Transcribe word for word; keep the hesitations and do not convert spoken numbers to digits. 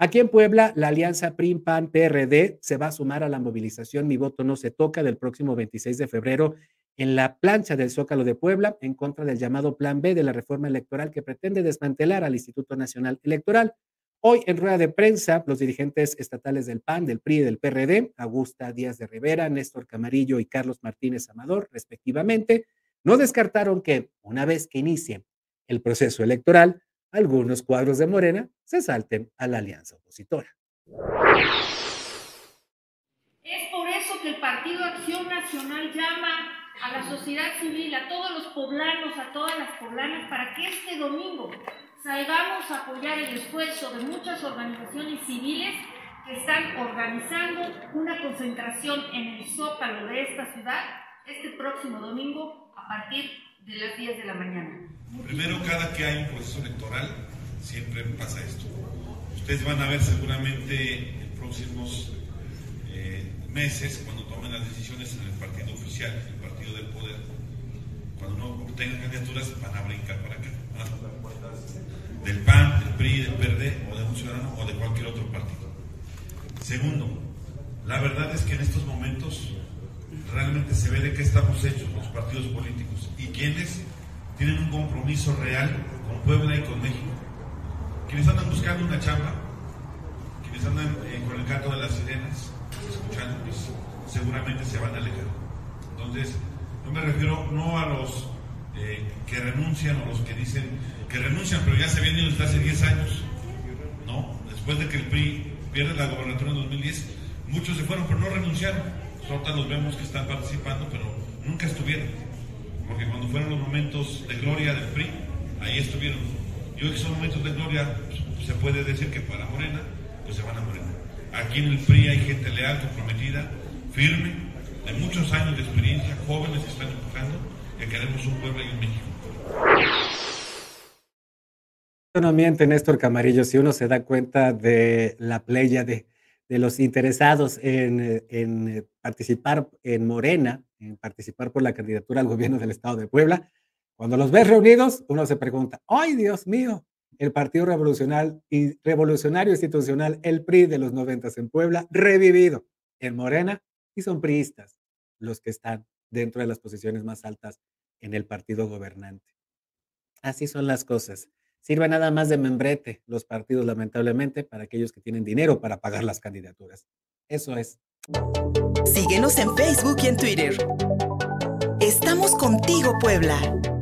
Aquí en Puebla, la alianza P R I, P A N, P R D se va a sumar a la movilización Mi Voto No Se Toca del próximo veintiséis de febrero en la plancha del Zócalo de Puebla en contra del llamado Plan B de la reforma electoral que pretende desmantelar al Instituto Nacional Electoral. Hoy, en rueda de prensa, los dirigentes estatales del P A N, del P R I y del P R D, Augusta Díaz de Rivera, Néstor Camarillo y Carlos Martínez Amador, respectivamente, no descartaron que, una vez que inicie el proceso electoral, algunos cuadros de Morena se salten a la alianza opositora. Es por eso que el Partido Acción Nacional llama a la sociedad civil, a todos los poblanos, a todas las poblanas, para que este domingo salgamos a apoyar el esfuerzo de muchas organizaciones civiles que están organizando una concentración en el Zócalo de esta ciudad este próximo domingo a partir de las diez de la mañana. Primero, cada que hay un proceso electoral, siempre pasa esto. Ustedes van a ver seguramente en próximos eh, meses, cuando tomen las decisiones en el partido oficial, el partido del poder, cuando no obtengan candidaturas, van a brincar para acá. Van a tocar puertas del P A N, del P R I, del P R D, o de un ciudadano, o de cualquier otro partido. Segundo, la verdad es que en estos momentos realmente se ve de qué estamos hechos los partidos políticos y quienes tienen un compromiso real con Puebla y con México. Quienes andan buscando una chamba, quienes andan eh, con el canto de las sirenas, escuchando, pues seguramente se van a alejar. Entonces, no me refiero no a los eh, que renuncian o los que dicen que renuncian, pero ya se habían ido desde hace diez años, ¿no? Después de que el P R I pierde la gobernatura en dos mil diez, muchos se fueron, pero no renunciaron. Ahorita los vemos que están participando, pero nunca estuvieron. Porque cuando fueron los momentos de gloria del P R I, ahí estuvieron. Y hoy que son momentos de gloria, pues, se puede decir que para Morena, pues se van a Morena. Aquí en el P R I hay gente leal, comprometida, firme, de muchos años de experiencia, jóvenes que están empujando, que queremos un pueblo y un México. No miente, Néstor Camarillo, si uno se da cuenta de la playa de, de los interesados en, en participar en Morena, en participar por la candidatura al gobierno del Estado de Puebla, cuando los ves reunidos, uno se pregunta, ¡ay, Dios mío! El Partido Revolucionario, y Revolucionario Institucional, el P R I de los noventas en Puebla, revivido en Morena, y son priistas los que están dentro de las posiciones más altas en el partido gobernante. Así son las cosas. Sirve nada más de membrete los partidos, lamentablemente, para aquellos que tienen dinero para pagar las candidaturas. Eso es. Síguenos en Facebook y en Twitter. Estamos contigo, Puebla.